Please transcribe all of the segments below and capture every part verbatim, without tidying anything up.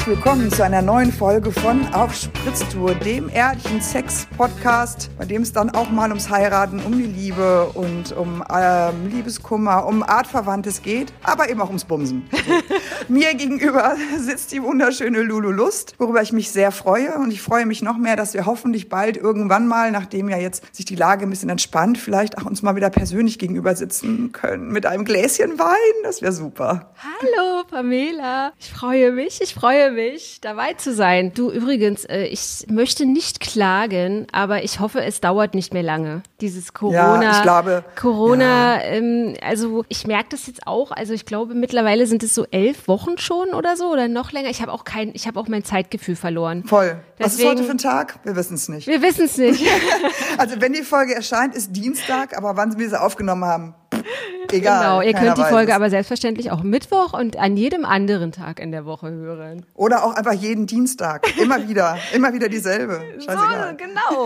Herzlich willkommen zu einer neuen Folge von Auf Spritztour, dem ehrlichen Sex-Podcast, bei dem es dann auch mal ums Heiraten, um die Liebe und um ähm, Liebeskummer, um Artverwandtes geht, aber eben auch ums Bumsen. Mir gegenüber sitzt die wunderschöne Lulu Lust, worüber ich mich sehr freue. Und ich freue mich noch mehr, dass wir hoffentlich bald irgendwann mal, nachdem ja jetzt sich die Lage ein bisschen entspannt, vielleicht auch uns mal wieder persönlich gegenüber sitzen können mit einem Gläschen Wein. Das wäre super. Hallo Pamela, ich freue mich, ich freue mich, dabei zu sein. Du, übrigens, äh, ich möchte nicht klagen, aber ich hoffe, es dauert nicht mehr lange. Dieses Corona, ja, ich glaube, Corona, ja. ähm, also ich merke das jetzt auch, also ich glaube mittlerweile sind es so elf Wochen schon oder so oder noch länger. Ich habe auch kein, ich habe auch mein Zeitgefühl verloren. Voll. Deswegen, was ist heute für ein Tag? Wir wissen es nicht. Wir wissen es nicht. Also wenn die Folge erscheint, ist Dienstag, aber wann wir sie aufgenommen haben, egal. Genau, ihr könnt die Folge es. aber selbstverständlich auch Mittwoch und an jedem anderen Tag in der Woche hören. Oder auch einfach jeden Dienstag. Immer wieder. Immer wieder dieselbe. Scheißegal. So, genau.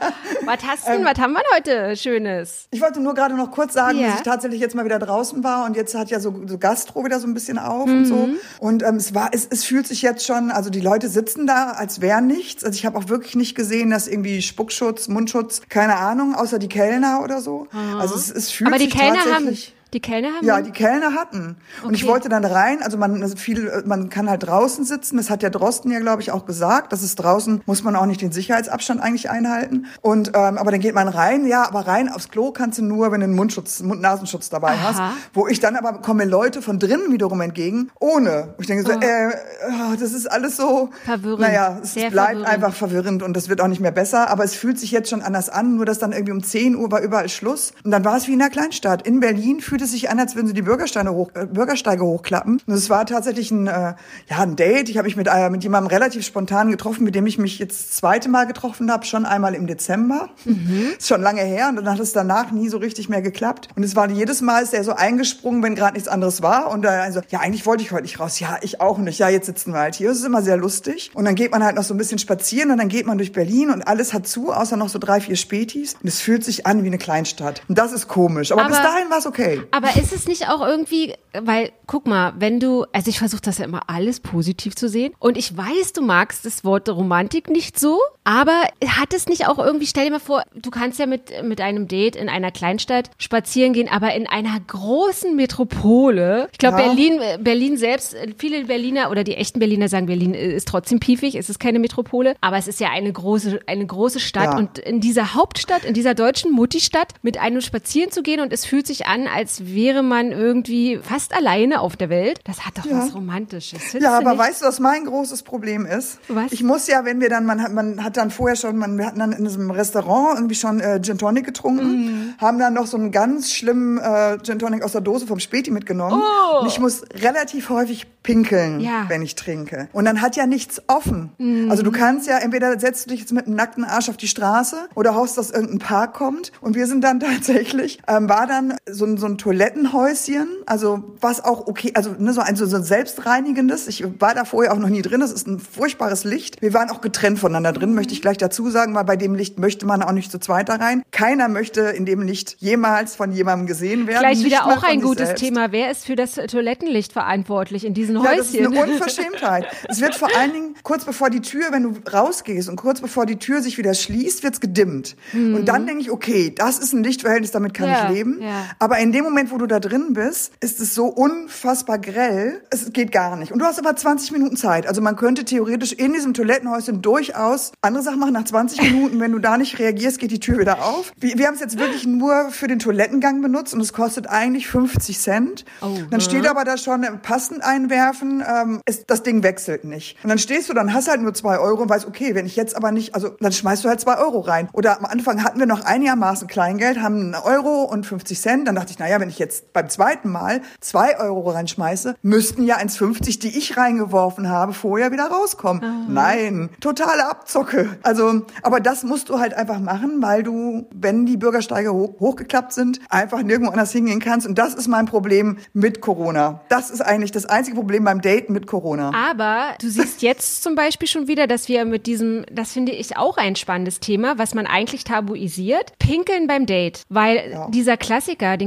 Was hast du, ähm, was haben wir heute Schönes? Ich wollte nur gerade noch kurz sagen, ja. dass ich tatsächlich jetzt mal wieder draußen war und jetzt hat ja so, so Gastro wieder so ein bisschen auf mhm. und so. Und ähm, es war, es, es fühlt sich jetzt schon, also die Leute sitzen da, als wäre nichts. Also ich habe auch wirklich nicht gesehen, dass irgendwie Spuckschutz, Mundschutz, keine Ahnung, außer die Kellner oder so. Mhm. Also es, es fühlt Aber die sich Kellner tatsächlich... haben Die Kellner haben? Ja, die Kellner hatten. Und okay. ich wollte dann rein, also man also viel, man kann halt draußen sitzen, das hat ja Drosten ja, glaube ich, auch gesagt, dass es draußen, muss man auch nicht den Sicherheitsabstand eigentlich einhalten. Und ähm, aber dann geht man rein, ja, aber rein aufs Klo kannst du nur, wenn du einen Mundschutz, Mund-Nasenschutz dabei Aha. hast. Wo ich dann aber, kommen mir Leute von drinnen wiederum entgegen, ohne. Und ich denke so, oh. äh, oh, das ist alles so, verwirrend. Naja, es Sehr bleibt verwirrend. einfach verwirrend und das wird auch nicht mehr besser, aber es fühlt sich jetzt schon anders an, nur dass dann irgendwie um zehn Uhr war überall Schluss. Und dann war es wie in einer Kleinstadt. In Berlin fühlt es sich an, als würden sie die Bürgersteige, hoch, äh, Bürgersteige hochklappen. Und es war tatsächlich ein, äh, ja, ein Date. Ich habe mich mit, äh, mit jemandem relativ spontan getroffen, mit dem ich mich jetzt das zweite Mal getroffen habe, schon einmal im Dezember. Mhm. Ist schon lange her und dann hat es danach nie so richtig mehr geklappt. Und es war jedes Mal, ist er so eingesprungen, wenn gerade nichts anderes war. Und da also, ja, eigentlich wollte ich heute nicht raus. Ja, ich auch nicht. Ja, jetzt sitzen wir halt hier. Das ist immer sehr lustig. Und dann geht man halt noch so ein bisschen spazieren und dann geht man durch Berlin und alles hat zu, außer noch so drei, vier Spätis. Und es fühlt sich an wie eine Kleinstadt. Und das ist komisch. Aber, aber bis dahin war es okay. Aber ist es nicht auch irgendwie, weil, guck mal, wenn du, also ich versuche das ja immer alles positiv zu sehen und ich weiß, du magst das Wort Romantik nicht so, aber hat es nicht auch irgendwie, stell dir mal vor, du kannst ja mit, mit einem Date in einer Kleinstadt spazieren gehen, aber in einer großen Metropole, ich glaube ja. Berlin, Berlin selbst, viele Berliner oder die echten Berliner sagen, Berlin ist trotzdem piefig, es ist keine Metropole, aber es ist ja eine große, eine große Stadt ja. und in dieser Hauptstadt, in dieser deutschen Mutti-Stadt mit einem spazieren zu gehen und es fühlt sich an, als wäre man irgendwie fast alleine auf der Welt. Das hat doch ja. was Romantisches. Findest ja, aber nicht? Weißt du, was mein großes Problem ist? Was? Ich muss ja, wenn wir dann, man hat, man hat dann vorher schon, man, wir hatten dann in diesem Restaurant irgendwie schon äh, Gin Tonic getrunken, mm. haben dann noch so einen ganz schlimmen äh, Gin Tonic aus der Dose vom Späti mitgenommen. Oh. Und ich muss relativ häufig pinkeln, ja. wenn ich trinke. Und dann hat ja nichts offen. Mm. Also du kannst ja, entweder setzt du dich jetzt mit einem nackten Arsch auf die Straße oder hoffst, dass irgendein Park kommt. Und wir sind dann tatsächlich, ähm, war dann so ein, so ein Toilettenhäuschen, also was auch okay, also ne, so ein so, so ein selbstreinigendes. Ich war da vorher auch noch nie drin. Das ist ein furchtbares Licht. Wir waren auch getrennt voneinander drin, möchte ich gleich dazu sagen, weil bei dem Licht möchte man auch nicht zu zweit da rein. Keiner möchte in dem Licht jemals von jemandem gesehen werden. Gleich wieder auch ein gutes selbst. Thema. Wer ist für das Toilettenlicht verantwortlich in diesen ja, Häuschen? Das ist eine Unverschämtheit. Es wird vor allen Dingen kurz bevor die Tür, wenn du rausgehst und kurz bevor die Tür sich wieder schließt, wird's gedimmt. Mhm. Und dann denke ich, okay, das ist ein Lichtverhältnis, damit kann ja, ich leben. Ja. Aber in dem Moment, wo du da drin bist, ist es so unfassbar grell, es geht gar nicht. Und du hast aber zwanzig Minuten Zeit. Also man könnte theoretisch in diesem Toilettenhäuschen durchaus andere Sachen machen. Nach zwanzig Minuten, wenn du da nicht reagierst, geht die Tür wieder auf. Wir, wir haben es jetzt wirklich nur für den Toilettengang benutzt und es kostet eigentlich fünfzig Cent. Oh, dann steht aber da schon, passend einwerfen, ähm, ist, das Ding wechselt nicht. Und dann stehst du, dann hast halt nur zwei Euro und weißt, okay, wenn ich jetzt aber nicht, also dann schmeißt du halt zwei Euro rein. Oder am Anfang hatten wir noch einigermaßen Kleingeld, haben einen Euro und fünfzig Cent. Dann dachte ich, naja, wenn ich jetzt beim zweiten Mal zwei Euro reinschmeiße, müssten ja eins fünfzig, die ich reingeworfen habe, vorher wieder rauskommen. Aha. Nein, totale Abzocke. Also, aber das musst du halt einfach machen, weil du, wenn die Bürgersteige hoch, hochgeklappt sind, einfach nirgendwo anders hingehen kannst. Und das ist mein Problem mit Corona. Das ist eigentlich das einzige Problem beim Daten mit Corona. Aber du siehst jetzt zum Beispiel schon wieder, dass wir mit diesem, das finde ich auch ein spannendes Thema, was man eigentlich tabuisiert, Pinkeln beim Date. Weil ja. dieser Klassiker, den kennst du doch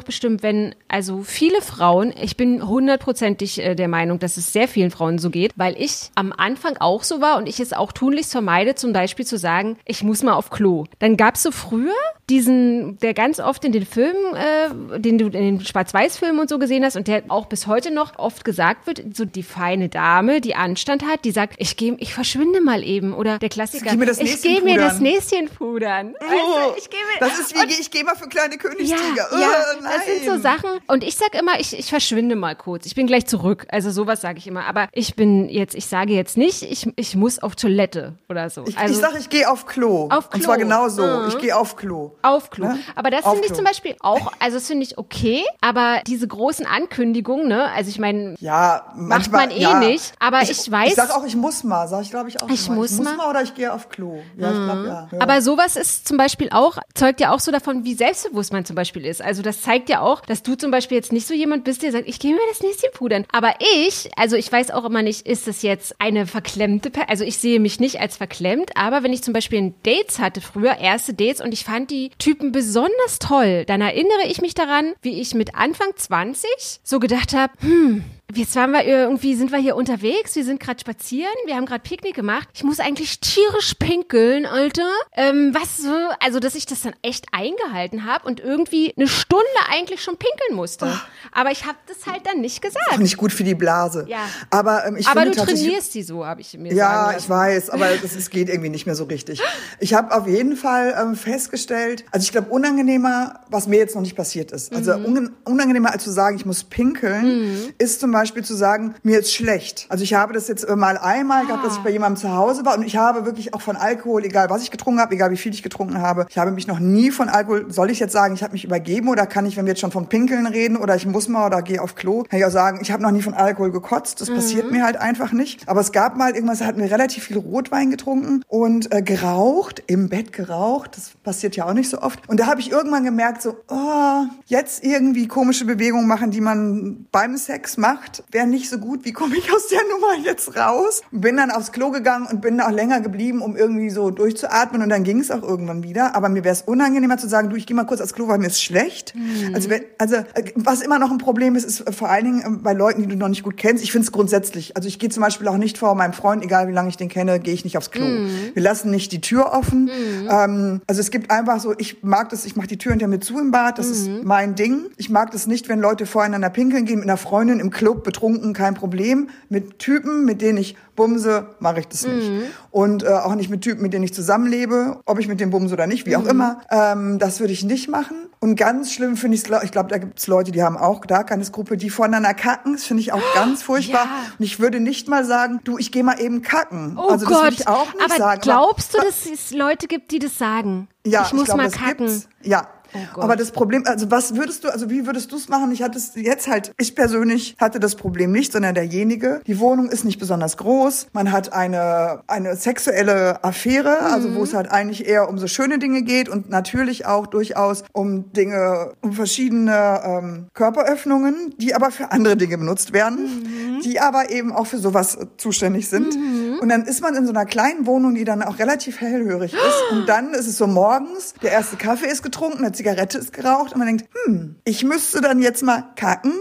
bestimmt, wenn also viele Frauen, ich bin hundertprozentig äh, der Meinung, dass es sehr vielen Frauen so geht, weil ich am Anfang auch so war und ich es auch tunlichst vermeide, zum Beispiel zu sagen, ich muss mal auf Klo. Dann gab es so früher diesen, der ganz oft in den Filmen, äh, den du in den Schwarz-Weiß-Filmen und so gesehen hast und der auch bis heute noch oft gesagt wird, so die feine Dame, die Anstand hat, die sagt, ich gehe, ich verschwinde mal eben. Oder der Klassiker, mir das ich gehe mir das Näschen pudern. Oh, weißt du, ich geh mir, das ist wie, und, ich gehe mal für kleine Königstiger. Ja, oh, ja, nein. das sind so Sachen. Und ich sag immer, ich, ich verschwinde mal kurz. Ich bin gleich zurück. Also sowas sage ich immer. Aber ich bin jetzt, ich sage jetzt nicht, ich, ich muss auf Toilette oder so. Ich, also, ich sage, ich gehe auf Klo. Auf Klo. Und zwar genau so. Mhm. Ich gehe auf Klo. Auf Klo. Ne? Aber das finde ich zum Beispiel auch, also das finde ich okay, aber diese großen Ankündigungen, ne, also ich meine, ja, macht man eh ja. nicht, aber ich, ich weiß. Ich sag auch, ich muss mal, sag ich glaube ich auch. Ich mal. muss, ich muss mal. mal oder ich gehe auf Klo. Ja, mhm. ich glaube ja. ja. Aber sowas ist zum Beispiel auch, zeugt ja auch so davon, wie selbstbewusst man zum Beispiel ist. Also das zeigt ja auch, dass du zum Beispiel jetzt nicht so jemand bist, der sagt, ich gehe mir das Näschen pudern. Aber ich, also ich weiß auch immer nicht, ist das jetzt eine verklemmte, per- also ich sehe mich nicht als verklemmt, aber wenn ich zum Beispiel Dates hatte früher, erste Dates und ich fand die Typen besonders toll, dann erinnere ich mich daran, wie ich mit Anfang zwanzig so gedacht habe, hm, jetzt waren wir irgendwie, sind wir hier unterwegs, wir sind gerade spazieren, wir haben gerade Picknick gemacht. Ich muss eigentlich tierisch pinkeln, Alter. Ähm, was so, also dass ich das dann echt eingehalten habe und irgendwie eine Stunde eigentlich schon pinkeln musste. Oh. Aber ich habe das halt dann nicht gesagt. Auch nicht gut für die Blase. Ja. Aber ähm, ich aber finde du trainierst die so, habe ich mir ja, sagen lassen. Ja, ich weiß, aber es, es geht irgendwie nicht mehr so richtig. Ich habe auf jeden Fall ähm, festgestellt, also ich glaube unangenehmer, was mir jetzt noch nicht passiert ist. Also mhm. un, unangenehmer als zu sagen, ich muss pinkeln, mhm. ist zum Beispiel Beispiel zu sagen, mir ist schlecht. Also ich habe das jetzt mal einmal gehabt, dass ich bei jemandem zu Hause war und ich habe wirklich auch von Alkohol, egal was ich getrunken habe, egal wie viel ich getrunken habe, ich habe mich noch nie von Alkohol, soll ich jetzt sagen, ich habe mich übergeben oder kann ich, wenn wir jetzt schon von Pinkeln reden oder ich muss mal oder gehe auf Klo, kann ich auch sagen, ich habe noch nie von Alkohol gekotzt, das mhm. passiert mir halt einfach nicht. Aber es gab mal irgendwas, da hatten wir relativ viel Rotwein getrunken und äh, geraucht, im Bett geraucht, das passiert ja auch nicht so oft. Und da habe ich irgendwann gemerkt, so, oh, jetzt irgendwie komische Bewegungen machen, die man beim Sex macht, wäre nicht so gut, wie komme ich aus der Nummer jetzt raus? Bin dann aufs Klo gegangen und bin auch länger geblieben, um irgendwie so durchzuatmen und dann ging es auch irgendwann wieder. Aber mir wäre es unangenehmer zu sagen, du, ich gehe mal kurz aufs Klo, weil mir ist schlecht. Mhm. Also, wenn, also was immer noch ein Problem ist, ist vor allen Dingen bei Leuten, die du noch nicht gut kennst. Ich finde es grundsätzlich. Also ich gehe zum Beispiel auch nicht vor meinem Freund, egal wie lange ich den kenne, gehe ich nicht aufs Klo. Mhm. Wir lassen nicht die Tür offen. Mhm. Ähm, also es gibt einfach so, ich mag das, ich mache die Tür hinter mir zu im Bad, das mhm. ist mein Ding. Ich mag das nicht, wenn Leute voreinander pinkeln gehen mit einer Freundin im Club, betrunken, kein Problem. Mit Typen, mit denen ich bumse, mache ich das nicht. Mhm. Und äh, auch nicht mit Typen, mit denen ich zusammenlebe, ob ich mit dem bumse oder nicht, wie auch mhm. immer. Ähm, das würde ich nicht machen. Und ganz schlimm finde ich es, ich glaube, da gibt es Leute, die haben auch da keine Skrupel, die voneinander kacken. Das finde ich auch ganz furchtbar. Ja. Und ich würde nicht mal sagen, du, ich gehe mal eben kacken. Oh also das Gott. würde ich auch nicht aber sagen. Glaubst aber, du, dass es Leute gibt, die das sagen? Ja, ich muss ich glaub, mal das kacken. Gibt's. Ja. Oh aber das Problem, also was würdest du, also wie würdest du es machen? Ich hatte es jetzt halt, ich persönlich hatte das Problem nicht, sondern derjenige. Die Wohnung ist nicht besonders groß. Man hat eine eine sexuelle Affäre, mhm. also wo es halt eigentlich eher um so schöne Dinge geht und natürlich auch durchaus um Dinge, um verschiedene ähm, Körperöffnungen, die aber für andere Dinge benutzt werden, mhm. die aber eben auch für sowas zuständig sind. Mhm. Und dann ist man in so einer kleinen Wohnung, die dann auch relativ hellhörig ist. Und dann ist es so morgens, der erste Kaffee ist getrunken, eine Zigarette ist geraucht und man denkt, hm, ich müsste dann jetzt mal kacken.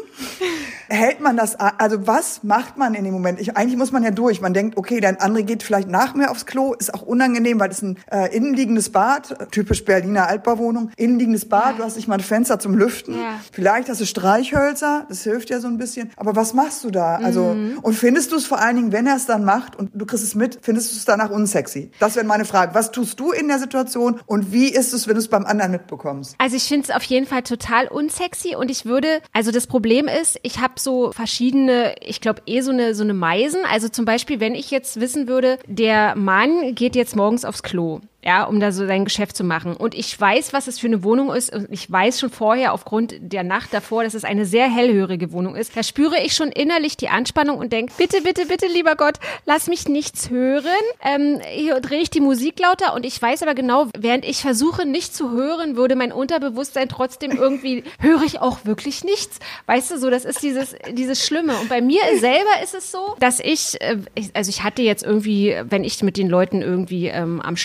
Hält man das, also was macht man in dem Moment? Ich, eigentlich muss man ja durch. Man denkt, okay, der andere geht vielleicht nach mir aufs Klo, ist auch unangenehm, weil das ist ein äh, innenliegendes Bad, typisch Berliner Altbauwohnung, innenliegendes Bad, ja. Du hast nicht mal ein Fenster zum Lüften. Ja. Vielleicht hast du Streichhölzer, das hilft ja so ein bisschen. Aber was machst du da? Also mhm. Und findest du es vor allen Dingen, wenn er es dann macht und du kriegst es mit, findest du es danach unsexy? Das wäre meine Frage. Was tust du in der Situation und wie ist es, wenn du es beim anderen mitbekommst? Also ich finde es auf jeden Fall total unsexy und ich würde, also das Problem ist, ich habe so verschiedene, ich glaube eh so eine so eine Meisen. Also zum Beispiel, wenn ich jetzt wissen würde, der Mann geht jetzt morgens aufs Klo. Ja, um da so sein Geschäft zu machen. Und ich weiß, was es für eine Wohnung ist. Und ich weiß schon vorher aufgrund der Nacht davor, dass es eine sehr hellhörige Wohnung ist. Da spüre ich schon innerlich die Anspannung und denke, bitte, bitte, bitte, lieber Gott, lass mich nichts hören. Ähm, hier drehe ich die Musik lauter. Und ich weiß aber genau, während ich versuche, nicht zu hören, würde mein Unterbewusstsein trotzdem irgendwie, höre ich auch wirklich nichts. Weißt du, so, das ist dieses, dieses Schlimme. Und bei mir selber ist es so, dass ich, äh, ich also ich hatte jetzt irgendwie, wenn ich mit den Leuten irgendwie ähm, am Start war,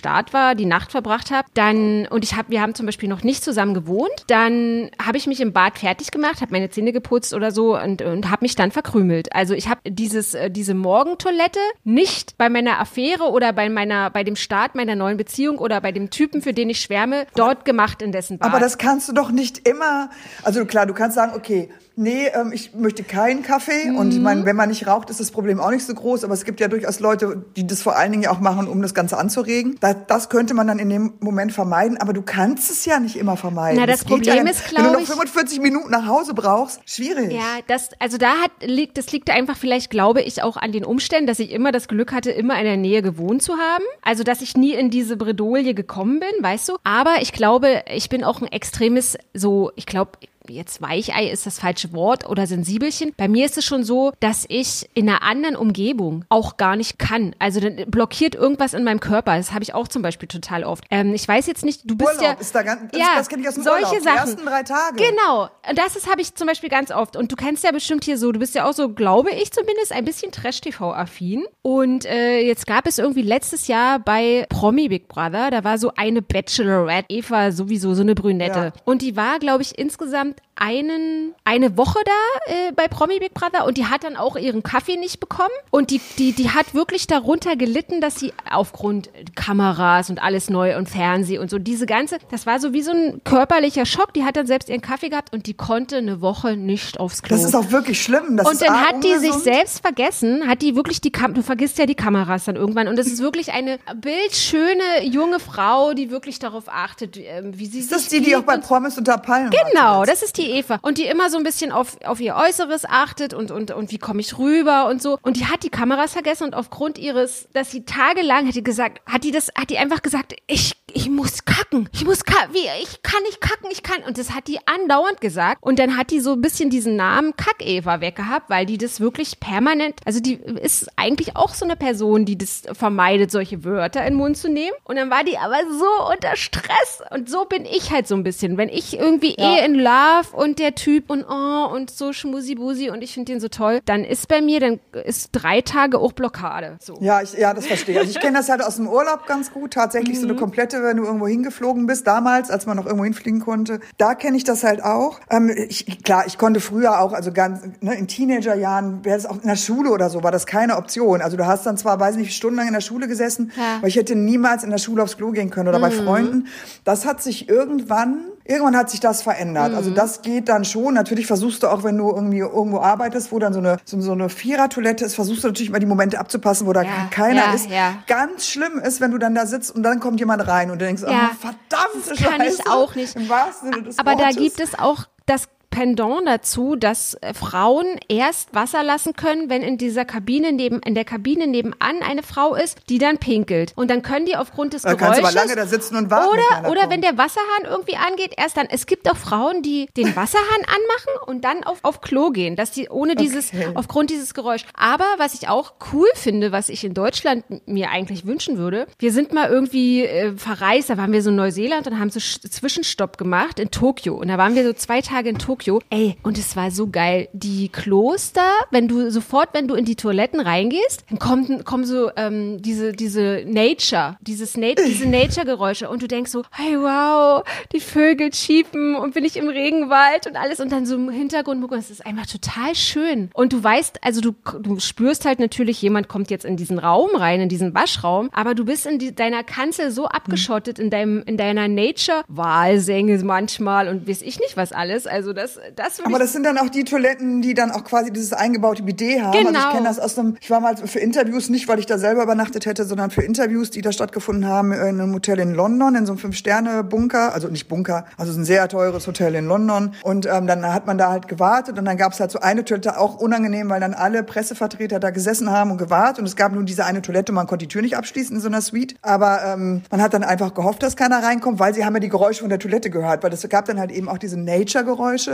da die Nacht verbracht habe, dann, und ich hab, wir haben zum Beispiel noch nicht zusammen gewohnt, dann habe ich mich im Bad fertig gemacht, habe meine Zähne geputzt oder so und, und habe mich dann verkrümelt. Also ich habe dieses, äh, diese Morgentoilette nicht bei meiner Affäre oder bei meiner, bei dem Start meiner neuen Beziehung oder bei dem Typen, für den ich schwärme, dort gemacht in dessen Bad. Aber das kannst du doch nicht immer, also klar, du kannst sagen, okay, nee, ähm, ich möchte keinen Kaffee. Mhm. Und ich meine, wenn man nicht raucht, ist das Problem auch nicht so groß. Aber es gibt ja durchaus Leute, die das vor allen Dingen ja auch machen, um das Ganze anzuregen. Das, das könnte man dann in dem Moment vermeiden. Aber du kannst es ja nicht immer vermeiden. Na, das, das Problem ja, ist, glaube ich... Wenn du noch fünfundvierzig Minuten nach Hause brauchst, schwierig. Ja, das, also da hat, liegt, das liegt einfach vielleicht, glaube ich, auch an den Umständen, dass ich immer das Glück hatte, immer in der Nähe gewohnt zu haben. Also, dass ich nie in diese Bredouille gekommen bin, weißt du. Aber ich glaube, ich bin auch ein extremes, so, ich glaube... jetzt Weichei ist das falsche Wort oder Sensibelchen. Bei mir ist es schon so, dass ich in einer anderen Umgebung auch gar nicht kann. Also dann blockiert irgendwas in meinem Körper. Das habe ich auch zum Beispiel total oft. Ähm, ich weiß jetzt nicht, du bist Urlaub ja... ist da ganz, das, ja, das kenne ich aus dem solche Urlaub, Sachen. die ersten drei Tage. Genau. Und das ist, habe ich zum Beispiel ganz oft. Und du kennst ja bestimmt hier so, du bist ja auch so, glaube ich zumindest, ein bisschen Trash-T V-affin. Und äh, jetzt gab es irgendwie letztes Jahr bei Promi Big Brother, da war so eine Bachelorette, Eva sowieso, so eine Brünette. Ja. Und die war, glaube ich, insgesamt einen, eine Woche da äh, bei Promi Big Brother und die hat dann auch ihren Kaffee nicht bekommen und die, die, die hat wirklich darunter gelitten, dass sie aufgrund Kameras und alles neu und Fernseh und so diese ganze, das war so wie so ein körperlicher Schock, die hat dann selbst ihren Kaffee gehabt und die konnte eine Woche nicht aufs Klo. Das ist auch wirklich schlimm. Das und ist dann A, hat die ungesund. sich selbst vergessen, hat die wirklich die Kam- du vergisst ja die Kameras dann irgendwann und es ist wirklich eine bildschöne junge Frau, die wirklich darauf achtet, wie sie ist sich das die, die auch bei Promis unter Palmen Genau, war, das ist die Eva. Und die immer so ein bisschen auf, auf ihr Äußeres achtet und, und, und wie komme ich rüber und so. Und die hat die Kameras vergessen und aufgrund ihres, dass sie tagelang, hat die gesagt, hat die das, hat die einfach gesagt, ich, ich muss kacken. Ich muss kacken. Wie, ich kann nicht kacken, ich kann. Und das hat die andauernd gesagt. Und dann hat die so ein bisschen diesen Namen Kack-Eva weggehabt, weil die das wirklich permanent, also die ist eigentlich auch so eine Person, die das vermeidet, solche Wörter in den Mund zu nehmen. Und dann war die aber so unter Stress. Und so bin ich halt so ein bisschen. Wenn ich irgendwie ja. eh in Love und der Typ und oh und so schmusi-busi und ich finde den so toll, dann ist bei mir, dann ist drei Tage auch Blockade. So. Ja, ich, ja, das verstehe ich. Also ich kenne das halt aus dem Urlaub ganz gut. Tatsächlich mhm. so eine komplette, wenn du irgendwo hingeflogen bist, damals, als man noch irgendwo hinfliegen konnte. Da kenne ich das halt auch. Ähm, ich, klar, ich konnte früher auch, also ganz ne, in Teenagerjahren, wäre es auch in der Schule oder so, war das keine Option. Also du hast dann zwar, weiß nicht, stundenlang in der Schule gesessen, ja. aber ich hätte niemals in der Schule aufs Klo gehen können oder mhm. bei Freunden. Das hat sich irgendwann Irgendwann hat sich das verändert. Mhm. Also das geht dann schon. Natürlich versuchst du auch, wenn du irgendwie irgendwo arbeitest, wo dann so eine so, so eine Vierer-Toilette ist, versuchst du natürlich mal die Momente abzupassen, wo da ja, keiner ja, ist. Ja. Ganz schlimm ist, wenn du dann da sitzt und dann kommt jemand rein und du denkst, ja. oh, verdammte das kann Scheiße. Ich auch nicht. Im wahrsten Sinne des Aber Wortes. Da gibt es auch das Pendant dazu, dass Frauen erst Wasser lassen können, wenn in dieser Kabine neben, in der Kabine nebenan eine Frau ist, die dann pinkelt. Und dann können die aufgrund des da Geräusches... kannst du aber lange da sitzen und warten, Oder, oder wenn der Wasserhahn irgendwie angeht, erst dann. Es gibt auch Frauen, die den Wasserhahn anmachen und dann auf, auf Klo gehen, dass die ohne dieses, okay. aufgrund dieses Geräusch. Aber was ich auch cool finde, was ich in Deutschland mir eigentlich wünschen würde, wir sind mal irgendwie äh, verreist, da waren wir so in Neuseeland und haben so Sch- Zwischenstopp gemacht in Tokio. Und da waren wir so zwei Tage in Tokio. Ey, und es war so geil. Die Kloster, wenn du sofort, wenn du in die Toiletten reingehst, dann kommen, kommen so ähm, diese, diese Nature, dieses Na- diese Nature-Geräusche und du denkst so, hey wow, die Vögel schiefen und bin ich im Regenwald und alles und dann so im Hintergrund, das ist einfach total schön. Und du weißt, also du, du spürst halt natürlich, jemand kommt jetzt in diesen Raum rein, in diesen Waschraum, aber du bist in die, deiner Kanzel so abgeschottet in deinem, in deiner Nature-Wahlsänge manchmal und weiß ich nicht was alles. Also das, das Aber das sind dann auch die Toiletten, die dann auch quasi dieses eingebaute Bidet haben. Genau. Also ich kenne das aus einem, ich war mal für Interviews, nicht weil ich da selber übernachtet hätte, sondern für Interviews, die da stattgefunden haben in einem Hotel in London, in so einem Fünf-Sterne-Bunker, also nicht Bunker, also ein sehr teures Hotel in London. Und ähm, dann hat man da halt gewartet und dann gab es halt so eine Toilette, auch unangenehm, weil dann alle Pressevertreter da gesessen haben und gewartet und es gab nur diese eine Toilette, man konnte die Tür nicht abschließen in so einer Suite. Aber ähm, man hat dann einfach gehofft, dass keiner reinkommt, weil sie haben ja die Geräusche von der Toilette gehört, weil es gab dann halt eben auch diese Nature-Geräusche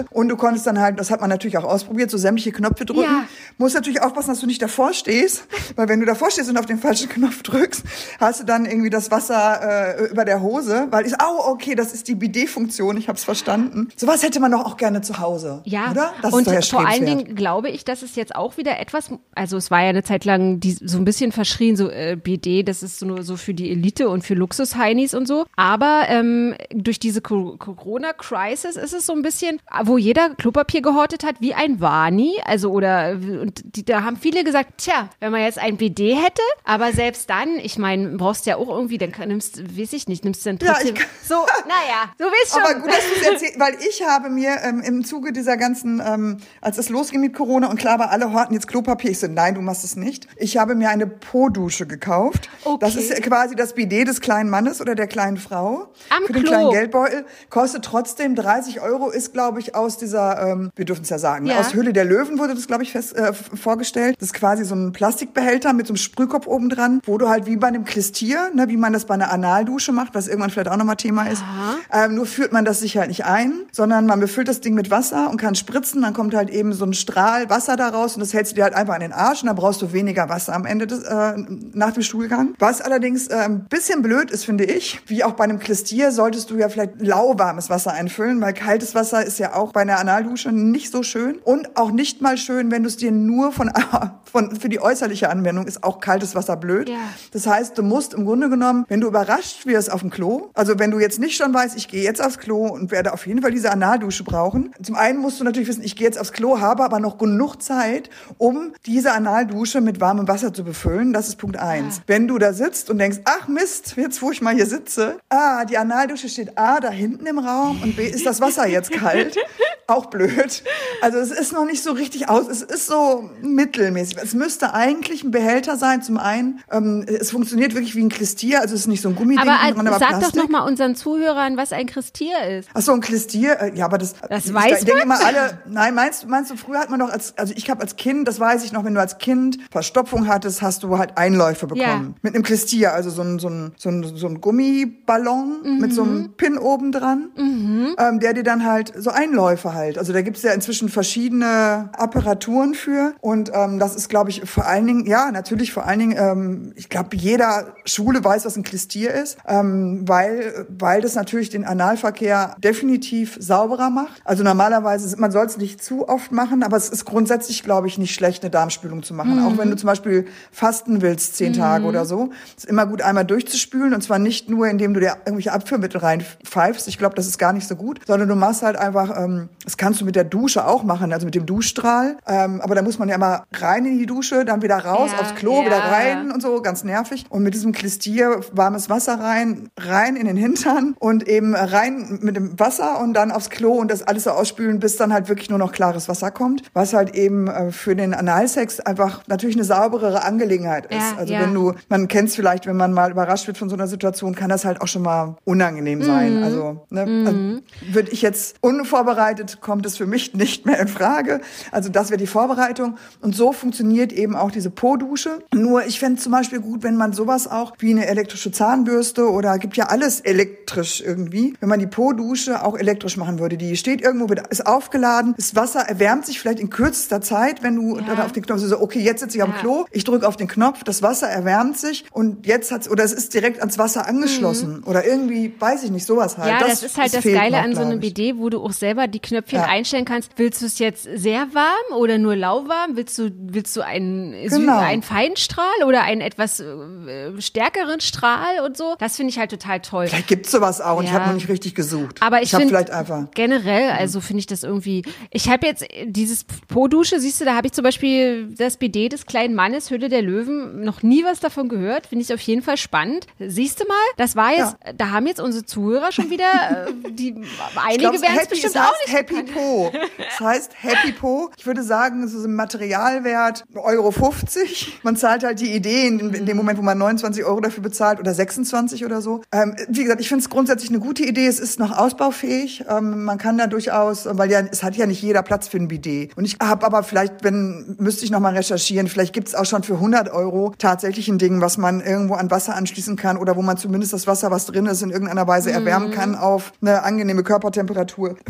Und du konntest dann halt, das hat man natürlich auch ausprobiert, so sämtliche Knöpfe drücken. Ja. Musst natürlich aufpassen, dass du nicht davor stehst, weil wenn du davor stehst und auf den falschen Knopf drückst, hast du dann irgendwie das Wasser äh, über der Hose, weil ich, oh, okay, das ist die Bidet-Funktion, ich hab's verstanden. Sowas hätte man doch auch gerne zu Hause, Ja, oder? Das und ist doch ja vor allen strebenswert. Dingen glaube ich, dass es jetzt auch wieder etwas, also es war ja eine Zeit lang die, so ein bisschen verschrien, so äh, B D, das ist so nur so für die Elite und für Luxus-Heinis und so. Aber ähm, durch diese Co- Corona-Crisis ist es so ein bisschen, wo jeder Klopapier gehortet hat, wie ein Wani. Also oder, und die, da haben viele gesagt, tja, wenn man jetzt ein B D hätte, aber selbst dann, ich meine, brauchst du ja auch irgendwie, dann kann- nimmst, weiß ich nicht, nimmst du dann Ja, trotzdem, ich kann- so, naja, du weißt schon. Aber gut, dass du es erzählst, weil ich habe mir ähm, im Zuge dieser ganzen, ähm, als es losging mit Corona und klar war, alle horten jetzt Klopapier, ich so, nein, du machst es nicht. Ich habe mir eine Po-Dusche gekauft. Okay. Das ist quasi das Bidet des kleinen Mannes oder der kleinen Frau. Am Für den Klo. kleinen Geldbeutel. Kostet trotzdem dreißig Euro, ist, glaube ich, aus dieser, ähm, wir dürfen es ja sagen, Ja. aus Höhle der Löwen wurde das, glaube ich, fest, äh, vorgestellt. Das ist quasi so ein Plastikbehälter mit so einem Sprühkopf oben dran, wo du halt wie bei einem Klistier, ne, wie man das bei einer Analdusche macht, was irgendwann vielleicht auch nochmal Thema ist. Ähm, nur führt man das sich halt nicht ein, sondern man befüllt das Ding mit Wasser und kann spritzen, dann kommt halt eben so ein Strahl Wasser da raus und das hältst du dir halt einfach an den Arsch und dann brauchst du weniger Wasser am Ende des, äh, nach dem Stuhlgang. Was allerdings äh, ein bisschen blöd ist, finde ich, wie auch bei einem Klistier, solltest du ja vielleicht lauwarmes Wasser einfüllen, weil kaltes Wasser ist ja auch bei einer Analdusche nicht so schön und auch nicht mal schön, wenn du es dir nur von, von für die äußerliche Anwendung ist auch kaltes Wasser blöd. Ja. Das heißt, du musst im Grunde genommen, wenn du überrascht wirst auf dem Klo, also wenn du jetzt nicht schon weißt, ich gehe jetzt aufs Klo und werde auf jeden Fall diese Analdusche brauchen. Zum einen musst du natürlich wissen, ich gehe jetzt aufs Klo, habe aber noch genug Zeit, um diese Analdusche mit warmem Wasser zu befüllen. Das ist Punkt eins. Ja. Wenn du da sitzt und denkst, ach Mist, jetzt wo ich mal hier sitze, ah, die Analdusche steht A, da hinten im Raum und B, ist das Wasser jetzt kalt? Auch blöd. Also es ist noch nicht so richtig aus, es ist so mittelmäßig. Es müsste eigentlich ein Behälter sein, zum einen. Ähm, es funktioniert wirklich wie ein Klistier, also es ist nicht so ein Gummiding Aber dran, äh, aber sag Plastik. doch noch mal unseren Zuhörern, was ein Christier ist. Ach so, ein Klistier, äh, ja, aber das, Das ich, weiß ich denke man. immer alle, nein, meinst, meinst du, früher hat man doch als, also ich habe als Kind, das weiß ich noch, wenn du als Kind Verstopfung hattest, hast du halt Einläufe bekommen. Ja. Mit einem Klistier, also so ein, so ein, so ein, so ein Gummiballon Mhm. mit so einem Pin oben dran, mhm. ähm, der dir dann halt so Einläufe halt. Also da gibt's ja inzwischen verschiedene Apparaturen für und ähm, das ist, glaube ich, vor allen Dingen, ja, natürlich vor allen Dingen, ähm, ich glaube, jeder Schule weiß, was ein Klistier ist, ähm, weil, weil das natürlich den Analverkehr definitiv sauberer macht. Also normalerweise, man soll es nicht zu oft machen, aber es ist grundsätzlich, glaube ich, nicht schlecht, eine Darmspülung zu machen. Mhm. Auch wenn du zum Beispiel fasten willst, zehn mhm. Tage oder so, ist immer gut, einmal durchzuspülen und zwar nicht nur, indem du dir irgendwelche Abführmittel reinpfeifst. Ich glaube, das ist gar nicht so gut, sondern du machst halt einfach, ähm, das kannst du mit der Dusche auch machen, also mit dem Duschstrahl. Ähm, aber da muss man ja immer rein in die Dusche, dann wieder raus, Ja, aufs Klo, ja. wieder rein und so, ganz nervig. Und mit diesem Klistier warmes Wasser rein, rein in den Hintern und eben rein mit dem Wasser und dann aufs Klo und das alles so ausspülen, bis dann halt wirklich nur noch klares Wasser kommt. Was halt eben äh, für den Analsex einfach natürlich eine sauberere Angelegenheit ist. Ja, also ja. wenn du, man kennt es vielleicht, wenn man mal überrascht wird von so einer Situation, kann das halt auch schon mal unangenehm sein. Mhm. Also, ne, mhm. also würde ich jetzt unvorbereitet, kommt es für mich nicht mehr in Frage. Also das wäre die Vorbereitung. Und so funktioniert eben auch diese Po-Dusche. Nur ich fände zum Beispiel gut, wenn man sowas auch wie eine elektrische Zahnbürste oder gibt ja alles elektrisch irgendwie, wenn man die Po-Dusche auch elektrisch machen würde. Die steht irgendwo, wird, ist aufgeladen, das Wasser erwärmt sich vielleicht in kürzester Zeit, wenn du Ja. dann auf den Knopf so, okay, jetzt sitze ich am Ja. Klo, ich drücke auf den Knopf, das Wasser erwärmt sich und jetzt hat's, oder es ist direkt ans Wasser angeschlossen Mhm. oder irgendwie, weiß ich nicht, sowas halt. Ja, das, ist halt das fehlt Geile noch, an so einem glaub ich. B D, wo du auch selber die Knöpfchen Ja. einstellen kannst. Willst du es jetzt sehr warm oder nur lauwarm? Willst du, willst du einen, Sü- Genau. einen Feinstrahl oder einen etwas äh, stärkeren Strahl und so? Das finde ich halt total toll. Vielleicht gibt's sowas auch und ich Ja. habe noch nicht richtig gesucht. Aber ich, ich habe finde vielleicht einfach. generell, also finde ich das irgendwie, ich habe jetzt dieses Po-Dusche, siehst du, da habe ich zum Beispiel das B D des kleinen Mannes, Höhle der Löwen, noch nie was davon gehört, finde ich auf jeden Fall spannend. Siehst du mal, das war jetzt, da haben jetzt unsere Zuhörer schon wieder, äh, die, einige werden es bestimmt es auch heißt nicht Happy bekannt. Po. Es heißt Happy Po. Ich würde sagen, es ist ein Materialwert Euro fünfzig. Man zahlt halt die Idee in, in dem Moment, wo man neunundzwanzig Euro dafür bezahlt oder sechsundzwanzig oder so. Ähm, wie gesagt, ich finde es grundsätzlich eine gute Idee. Es ist noch ausbaufähig. Ähm, man kann da durchaus, weil ja, es hat ja nicht jeder Platz für ein Bidet. Und ich habe aber vielleicht, wenn, müsste ich noch mal recherchieren, vielleicht gibt es auch schon für hundert Euro tatsächlich ein Ding, was man irgendwo an Wasser anschließen kann oder wo man zumindest das Wasser, was drin ist, in irgendeiner Weise erwärmen kann auf eine angenehme Körpertemperatur. Vielleicht gibt es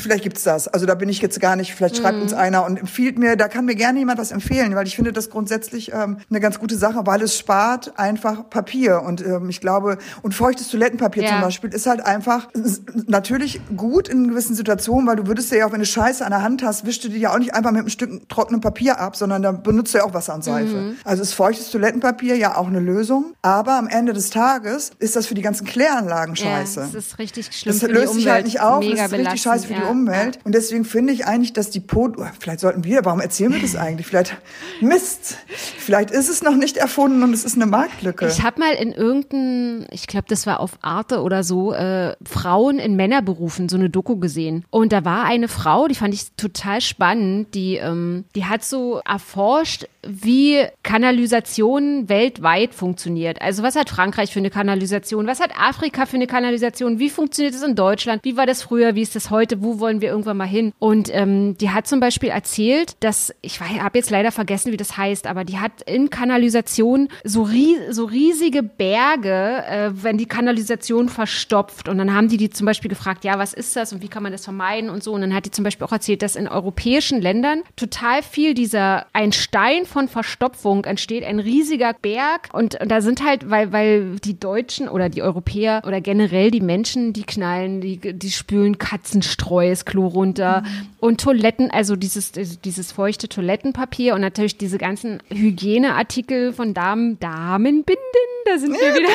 das. Also da bin ich jetzt gar nicht, vielleicht schreibt mhm. uns einer und empfiehlt mir, da kann mir gerne jemand was empfehlen, weil ich finde das grundsätzlich ähm, eine ganz gute Sache, weil es spart einfach Papier. Und ähm, ich glaube, und feuchtes Toilettenpapier ja. zum Beispiel ist halt einfach natürlich gut in gewissen Situationen, weil du würdest ja auch, wenn du Scheiße an der Hand hast, wischst du die ja auch nicht einfach mit einem Stück trockenen Papier ab, sondern da benutzt du ja auch Wasser und Seife. Mhm. Also ist feuchtes Toilettenpapier ja auch eine Lösung, aber am Ende des Tages ist das für die ganzen Kläranlagen scheiße. Ja, das ist richtig schlimm das für die löst Umwelt. sich halt nicht auf, Mega das ist richtig scheiße für ja. die Umwelt. Und deswegen finde ich eigentlich, dass die Pot, oh, vielleicht sollten wir, warum erzählen wir das eigentlich? Vielleicht, Mist, vielleicht ist es noch nicht erfunden und es ist eine Marktlücke. Ich habe mal in irgendeinem, ich glaube, das war auf Arte oder so, äh, Frauen in Männerberufen, so eine Doku gesehen. Und da war eine Frau, die fand ich total spannend, die, ähm, die hat so erforscht, wie Kanalisation weltweit funktioniert. Also was hat Frankreich für eine Kanalisation? Was hat Afrika für eine Kanalisation? Wie funktioniert es in Deutschland? Wie war das früher? Wie ist das heute? Wo wollen wir irgendwann mal hin? Und ähm, die hat zum Beispiel erzählt, dass, ich habe jetzt leider vergessen, wie das heißt, aber die hat in Kanalisation so, ries so riesige Berge, äh, wenn die Kanalisation verstopft. Und dann haben die die zum Beispiel gefragt, ja, was ist das und wie kann man das vermeiden und so. Und dann hat die zum Beispiel auch erzählt, dass in europäischen Ländern total viel dieser, ein Stein von Verstopfung entsteht, ein riesiger Berg. Und, und da sind halt, weil, weil die Deutschen oder die Europäer oder generell die Menschen, die knallen, die, die spülen Katzenstreu, das Klo runter mhm. und Toiletten, also dieses, dieses feuchte Toilettenpapier und natürlich diese ganzen Hygieneartikel von Damen, Damenbinden, da sind wir ja, wieder,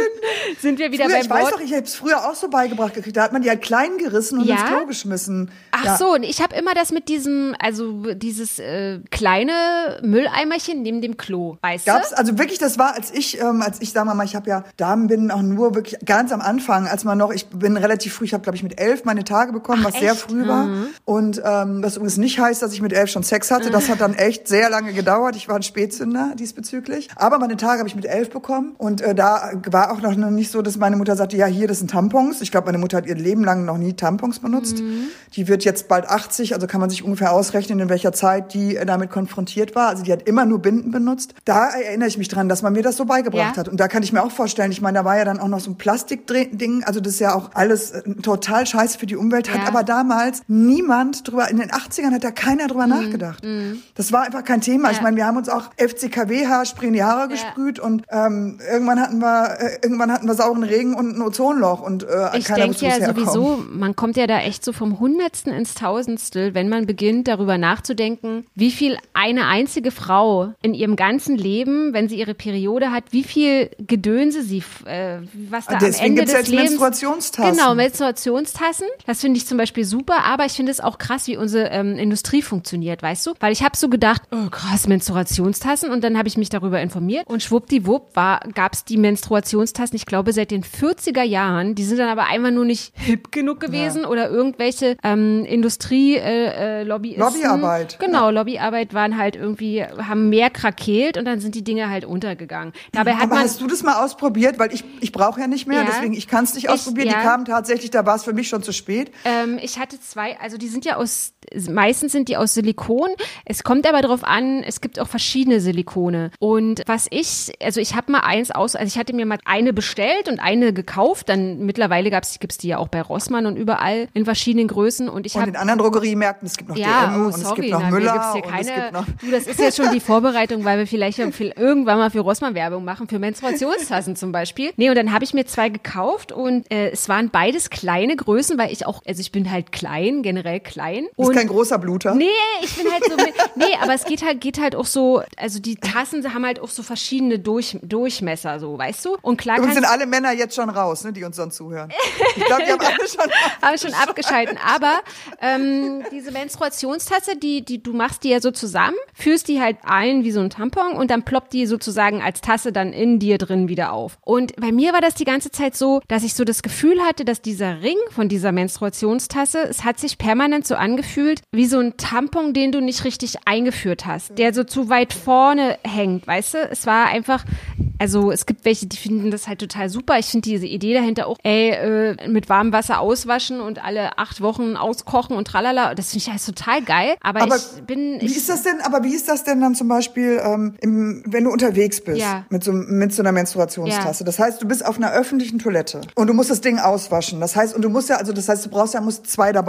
sind wir wieder früher, beim ich Wort. Ich weiß doch, ich habe es früher auch so beigebracht gekriegt, da hat man die halt klein gerissen und ja? ins Klo geschmissen. Ach ja. so, und ich habe immer das mit diesem, also dieses äh, kleine Mülleimerchen neben dem Klo, weißt Gab's, du? also wirklich, das war, als ich, ähm, als ich, sagen wir mal, ich habe ja Damenbinden auch nur wirklich ganz am Anfang, als man noch, ich bin relativ früh, ich habe glaube ich mit elf meine Tage bekommen, Ach, was echt? sehr früh war. Mhm. Und ähm, was übrigens nicht heißt, dass ich mit elf schon Sex hatte, das hat dann echt sehr lange gedauert. Ich war ein Spätzünder diesbezüglich. Aber meine Tage habe ich mit elf bekommen. Und äh, da war auch noch nicht so, dass meine Mutter sagte, ja, hier, das sind Tampons. Ich glaube, meine Mutter hat ihr Leben lang noch nie Tampons benutzt. Mhm. Die wird jetzt bald achtzig, also kann man sich ungefähr ausrechnen, in welcher Zeit die äh, damit konfrontiert war. Also die hat immer nur Binden benutzt. Da erinnere ich mich dran, dass man mir das so beigebracht ja. hat. Und da kann ich mir auch vorstellen, ich meine, da war ja dann auch noch so ein Plastikding. Also das ist ja auch alles äh, total scheiße für die Umwelt. Hat ja. aber damals niemand drüber, in den achtzigern hat da keiner drüber mhm. nachgedacht. Mhm. Das war einfach kein Thema. Ja. Ich meine, wir haben uns auch F C K W-Haarspray in die Haare ja. gesprüht und ähm, irgendwann hatten wir äh, irgendwann hatten wir sauren Regen und ein Ozonloch und äh, ich keiner denke ja sowieso, man kommt ja da echt so vom Hundertsten ins Tausendstel, wenn man beginnt, darüber nachzudenken, wie viel eine einzige Frau in ihrem ganzen Leben, wenn sie ihre Periode hat, wie viel Gedönse sie, äh, was da Deswegen am Ende gibt's des jetzt Lebens... Menstruationstassen. Genau, Menstruationstassen. Das finde ich zum Beispiel super, aber ich finde es auch krass, wie unsere ähm, Industrie funktioniert, weißt du? Weil ich habe so gedacht, oh krass, Menstruationstassen und dann habe ich mich darüber informiert und schwuppdiwupp gab es die Menstruationstassen, ich glaube seit den vierziger Jahren, die sind dann aber einfach nur nicht hip genug gewesen ja. oder irgendwelche ähm, Industrie-Lobbyisten. Äh, Lobbyarbeit. Genau, ja. Lobbyarbeit waren halt irgendwie, haben mehr krakeelt und dann sind die Dinge halt untergegangen. Dabei hat aber man, hast du das mal ausprobiert? Weil ich, ich brauche ja nicht mehr, ja. deswegen ich kann es nicht ausprobieren. Ich, ja. Die kamen tatsächlich, da war es für mich schon zu spät. Ähm, ich hatte zwei, also die sind ja aus, meistens sind die aus Silikon. Es kommt aber darauf an, es gibt auch verschiedene Silikone. Und was ich, also ich habe mal eins aus, also ich hatte mir mal eine bestellt und eine gekauft. Dann mittlerweile gab's, gibt's die ja auch bei Rossmann und überall in verschiedenen Größen. Und ich und hab, in anderen Drogeriemärkten, es gibt noch ja, D M oh, und sorry, es gibt noch na, Müller gibt's hier und keine, es gibt noch... Du, das ist jetzt schon die Vorbereitung, weil wir vielleicht irgendwann mal für Rossmann Werbung machen, für Menstruationstassen zum Beispiel. Nee, und dann habe ich mir zwei gekauft und äh, es waren beides kleine Größen, weil ich auch, also ich bin halt klein, generell klein. Du bist kein großer Bluter? Nee, ich bin halt so, mit, nee, aber es geht halt, geht halt auch so, also die Tassen haben halt auch so verschiedene Durch, Durchmesser, so, weißt du? Und klar sind alle Männer jetzt schon raus, ne, die uns dann zuhören. Ich glaube, die haben alle schon, haben schon abgeschalten. Aber ähm, diese Menstruationstasse, die, die, du machst die ja so zusammen, führst die halt ein wie so ein Tampon und dann ploppt die sozusagen als Tasse dann in dir drin wieder auf. Und bei mir war das die ganze Zeit so, dass ich so das Gefühl hatte, dass dieser Ring von dieser Menstruationstasse, es hat sich permanent so angefühlt, wie so ein Tampon, den du nicht richtig eingeführt hast, der so zu weit vorne hängt, weißt du? Es war einfach, also es gibt welche, die finden das halt total super. Ich finde diese Idee dahinter auch, ey, äh, mit warmem Wasser auswaschen und alle acht Wochen auskochen und tralala, das finde ich halt total geil. Aber, aber ich bin... Wie ich, ist das denn, aber wie ist das denn dann zum Beispiel, ähm, im, wenn du unterwegs bist ja. mit, so, mit so einer Menstruationstasse? Ja. Das heißt, du bist auf einer öffentlichen Toilette und du musst das Ding auswaschen. Das heißt, und du musst ja, also das heißt, du brauchst ja, musst zwei dabei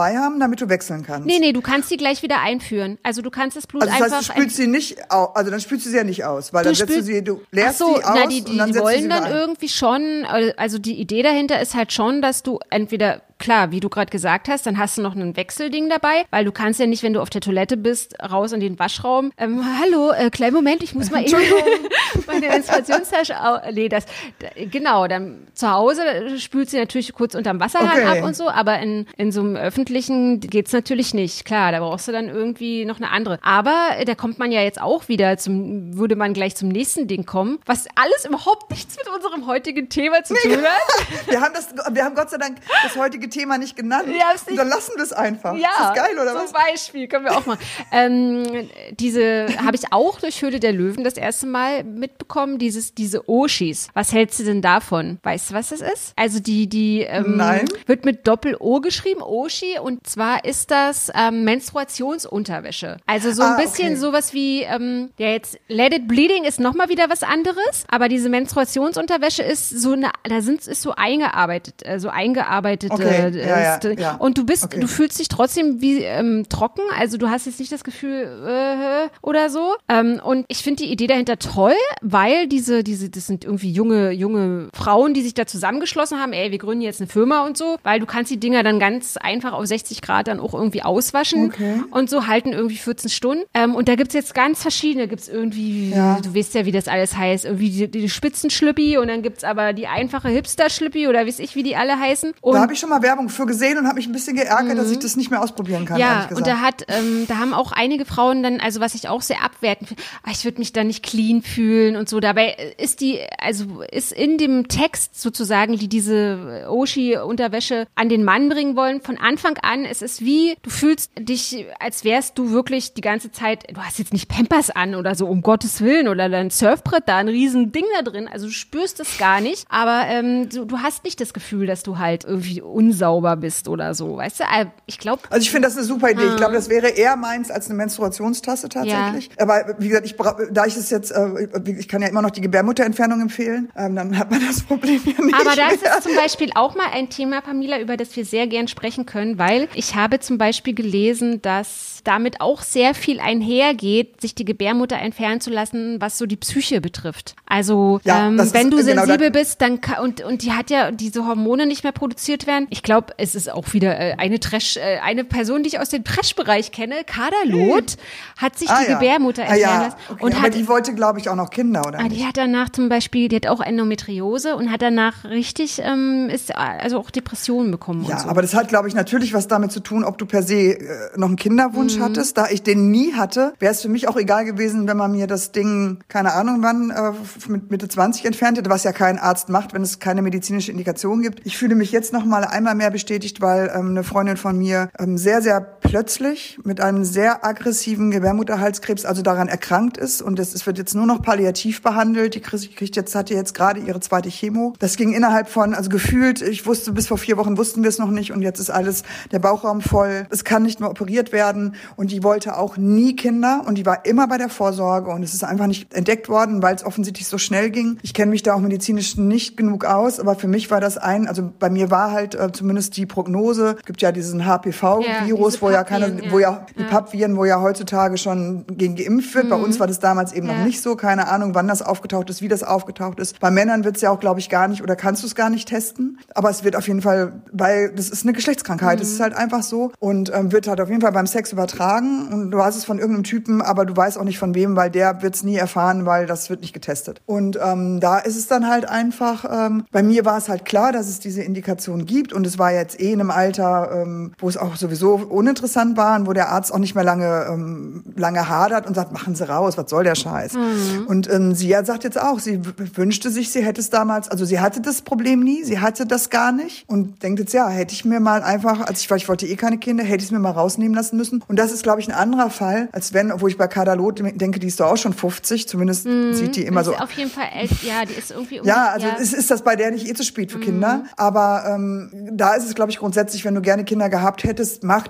dabei haben, damit du wechseln kannst. Nee, nee, du kannst die gleich wieder einführen. Also du kannst das Blut also das einfach... heißt, du spülst sie nicht aus, also dann spülst du sie ja nicht aus, weil dann setzt du sie, du leerst so, sie aus na, die, die, und dann die setzt du wollen sie dann wieder ein. irgendwie schon, also die Idee dahinter ist halt schon, dass du entweder, klar, wie du gerade gesagt hast, dann hast du noch ein Wechselding dabei, weil du kannst ja nicht, wenn du auf der Toilette bist, raus in den Waschraum, ähm, hallo, äh, kleinen Moment, ich muss mal eben meine Menstruationstasche, au- nee, das, da, genau, dann zu Hause spült sie natürlich kurz unterm Wasserhahn Okay. ab und so, aber in, in so einem öffentlichen geht's natürlich nicht, klar, da brauchst du dann irgendwie noch eine andere. Aber äh, da kommt man ja jetzt auch wieder zum, würde man gleich zum nächsten Ding kommen, was alles überhaupt nichts mit unserem heutigen Thema zu tun hat. Wir haben das, wir haben Gott sei Dank das heutige Thema nicht genannt. Wir haben's nicht- Und dann lassen wir es einfach. Ja, ist das geil, oder zum was? Beispiel, können wir auch mal. ähm, diese habe ich auch durch Höhle der Löwen das erste Mal mitbekommen, dieses, diese Oshis. Was hältst du denn davon? Weißt du, was das ist? Also die, die ähm, Nein. wird mit Doppel-O geschrieben, Oshi, und zwar ist das ähm, Menstruationsunterwäsche. Also so ein Ah, bisschen okay. sowas wie, ähm, ja jetzt, Let It Bleeding ist nochmal wieder was anderes, aber diese Menstruationsunterwäsche ist so eine, da sind, ist so eingearbeitet, äh, so eingearbeitete, Okay, äh, ja, ja, St- ja. und du bist, Okay. du fühlst dich trotzdem wie ähm, trocken, also du hast jetzt nicht das Gefühl äh, oder so. Ähm, und ich finde die Idee dahinter toll, weil diese, diese, das sind irgendwie junge, junge Frauen, die sich da zusammengeschlossen haben, ey, wir gründen jetzt eine Firma und so, weil du kannst die Dinger dann ganz einfach auf sechzig Grad dann auch irgendwie auswaschen Okay. und so halten irgendwie vierzehn Stunden. Ähm, und da gibt's jetzt ganz verschiedene, gibt's irgendwie, Ja. du weißt ja, wie das alles heißt, irgendwie die, die Spitzenschlüppi und dann gibt's aber die einfache Hipster-Schlüppi oder weiß ich, wie die alle heißen. Und Da habe ich schon mal Werbung für gesehen und habe mich ein bisschen geärgert, dass ich das nicht mehr ausprobieren kann, ja, ehrlich gesagt. und da hat, ähm, da haben auch einige Frauen dann, also was ich auch sehr abwertend finde, ah, ich würde mich da nicht clean fühlen und so. Dabei ist die, also ist in dem Text sozusagen, die diese Oshi-Unterwäsche an den Mann bringen wollen, von Anfang an, es ist wie, du fühlst dich, als wärst du wirklich die ganze Zeit, du hast jetzt nicht Pampers an oder so, um Gottes Willen, oder dein Surfbrett da, ein riesen Ding da drin, also du spürst es gar nicht, aber ähm, du, du hast nicht das Gefühl, dass du halt irgendwie unsauber bist oder so, weißt du? Ich glaube, Also ich finde das eine super Idee. Ich glaube, das wäre eher meins als eine Menstruationstasse tatsächlich. Aber wie gesagt, ich bra- da ich es jetzt, äh, ich kann ja immer noch die Gebärmutterentfernung empfehlen, ähm, dann hat man das Problem ja nicht Aber das mehr. ist zum Beispiel auch mal ein Thema, Pamela, über das wir sehr gern sprechen können, weil ich habe zum Beispiel gelesen, dass damit auch sehr viel einhergeht, sich die Gebärmutter entfernen zu lassen, was so die Psyche betrifft. Also Ja, ähm, das ist- wenn du genau, sensibel da- bist, dann ka- und und die hat ja diese Hormone nicht mehr produziert werden. Ich glaube, es ist auch wieder äh, eine Trash, äh, eine Person, die ich aus dem Trash-Bereich kenne, Kader Loth, hat sich Ah, die ja. Gebärmutter ah, entfernen ja. lassen Okay. und Aber hat die wollte, glaube ich, auch noch Kinder, oder Ah, nicht? die hat danach zum Beispiel, die hat auch Endometriose und hat danach richtig, ähm, ist also auch Depressionen bekommen Ja, und so. aber das hat, glaube ich, natürlich was damit zu tun, ob du per se äh, noch einen Kinderwunsch Mhm. hattest. Da ich den nie hatte, wäre es für mich auch egal gewesen, wenn man mir das Ding, keine Ahnung wann, äh, mit Mitte zwanzig entfernt hätte, was ja kein Arzt macht, wenn es keine medizinische Indikation gibt. Ich fühle mich jetzt noch mal einmal mehr bestätigt, weil ähm, eine Freundin von mir ähm, sehr, sehr plötzlich mit einem sehr aggressiven Gebärmutterhalskrebs also daran erkrankt ist und es, es wird jetzt nur noch palliativ behandelt. Die kriegt kriegt jetzt, hatte jetzt gerade ihre zweite Chemo. Das ging innerhalb von, also gefühlt, ich wusste, bis vor vier Wochen wussten wir es noch nicht und jetzt ist alles, der Bauchraum voll. Es kann nicht mehr operiert werden und die wollte auch nie Kinder und die war immer bei der Vorsorge und es ist einfach nicht entdeckt worden, weil es offensichtlich so schnell ging. Ich kenne mich da auch medizinisch nicht genug aus, aber für mich war das ein, also bei mir war halt äh, zumindest die Prognose, es gibt ja diesen H P V-Virus, Ja, wo ja keine, Pappviren, wo ja. ja die Ja. Pappviren, wo ja heutzutage schon gegen geimpft wird. Bei uns war das damals eben Ja. noch nicht so, keine Ahnung, wann das aufgetaucht ist, wie das aufgetaucht ist. Bei Männern wird es ja auch, glaube ich, gar nicht oder kannst du es gar nicht testen, aber es wird auf jeden Fall, weil das ist eine Geschlechtskrankheit, das ist halt einfach so und ähm, wird halt auf jeden Fall beim Sex übertragen und du hast es von irgendeinem Typen, aber du weißt auch nicht von wem, weil der wird es nie erfahren, weil das wird nicht getestet. Und ähm, da ist es dann halt einfach, ähm, bei mir war es halt klar, dass es diese Indikation gibt und es war jetzt eh in einem Alter, ähm, wo es auch sowieso uninteressant war und wo der Arzt auch nicht mehr lange ähm, lange hadert und sagt, machen Sie raus, was soll der Scheiß? Mhm. Und ähm, sie ja sagt jetzt auch, sie w- wünschte sich, sie hätte es damals, also sie hatte das Problem nie, sie hatte das gar nicht und denkt jetzt, ja, hätte ich mir mal einfach, als ich, weil ich wollte eh keine Kinder, hätte ich es mir mal rausnehmen lassen müssen. Und das ist, glaube ich, ein anderer Fall, als wenn, obwohl ich bei Kader Loth denke, die ist doch auch schon fünfzig, zumindest mhm. sieht die immer ist so. Auf jeden Fall, ält- ja, die ist irgendwie... Um, Ja, also ja. Ist, ist das bei der nicht eh zu spät für Kinder. Aber ähm, da ist es, glaube ich, grundsätzlich, wenn du gerne Kinder gehabt hättest, mach das mit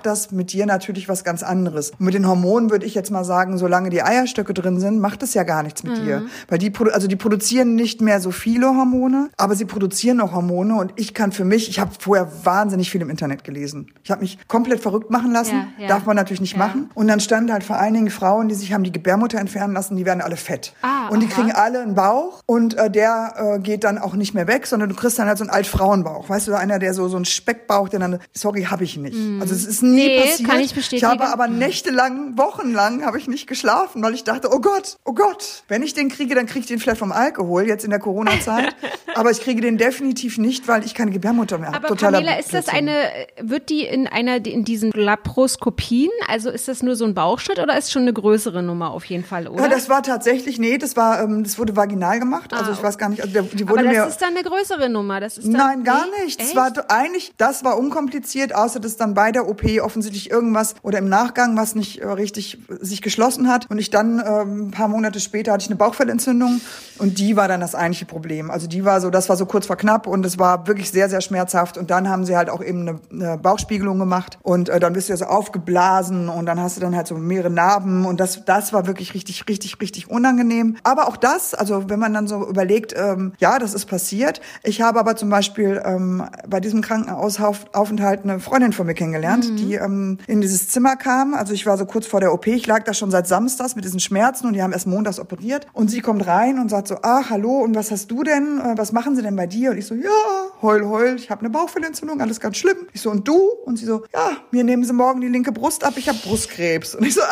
mit dir natürlich was ganz anderes. Und mit den Hormonen würde ich jetzt mal sagen, solange die Eierstöcke drin sind, macht es ja gar nichts mit mhm. dir. Weil die, also die produzieren nicht mehr so viele Hormone, aber sie produzieren noch Hormone und ich kann für mich, ich habe vorher wahnsinnig viel im Internet gelesen. Ich habe mich komplett verrückt machen lassen, ja, ja. darf man natürlich nicht ja. machen. Und dann stand halt vor allen Dingen Frauen, die sich haben die Gebärmutter entfernen lassen, die werden alle fett. Ah, und die aha. kriegen alle einen Bauch und äh, der äh, geht dann auch nicht mehr weg, sondern du kriegst dann halt so einen Altfrauenbauch. Weißt du, einer, der so so einen Speckbauch, der dann, sorry, habe ich nicht. Mm. Also es ist nie nee, passiert. Kann ich bestätigen. Ich habe aber nächtelang, wochenlang habe ich nicht geschlafen, weil ich dachte, oh Gott, oh Gott, wenn ich den kriege, dann kriege ich den vielleicht vom Alkohol, jetzt in der Corona-Zeit. Aber ich kriege den definitiv nicht, weil ich keine Gebärmutter mehr habe. Aber Totaler Pamela, ist das eine, wird die in einer, in diesen Laparoskopien, also ist das nur so ein Bauchschnitt oder ist schon eine größere Nummer auf jeden Fall, oder? Ja, das war tatsächlich, nee, das war, ähm, das wurde vaginal gemacht, also ah, ich weiß gar nicht, also der, die wurde aber das mir, ist dann eine größere Nummer, das ist dann, nein, gar nee, nicht, das war eigentlich, das war unkompliziert, außer dass dann bei der O P offensichtlich irgendwas oder im Nachgang was nicht äh, richtig sich geschlossen hat und ich dann, ähm, ein paar Monate später hatte ich eine Bauchfellentzündung und die war dann das eigentliche Problem, also die war so, das war so kurz vor knapp und es war wirklich sehr, sehr schmerzhaft und dann haben sie halt auch eben eine, eine Bauchspiegelung gemacht und äh, dann bist du ja so aufgeblasen und dann hast du dann halt so mehrere Narben und das, das war wirklich richtig, richtig, richtig unangenehm. Aber auch das, also wenn man dann so überlegt, ähm, ja, das ist passiert. Ich habe aber zum Beispiel ähm, bei diesem Krankenhausaufenthalt eine Freundin von mir kennengelernt, mhm. die ähm, in dieses Zimmer kam. Also ich war so kurz vor der O P, ich lag da schon seit Samstags mit diesen Schmerzen und die haben erst montags operiert und sie kommt rein und sagt so, ach, hallo, und was hast du denn? Was machen sie denn bei dir? Und ich so, ja, heul, heul, ich habe eine Bauchfellentzündung, alles ganz schlimm. Ich so, und du? Und sie so, ja, mir nehmen sie morgen die linke Brust ab, ich habe Brustkrebs. Und ich so,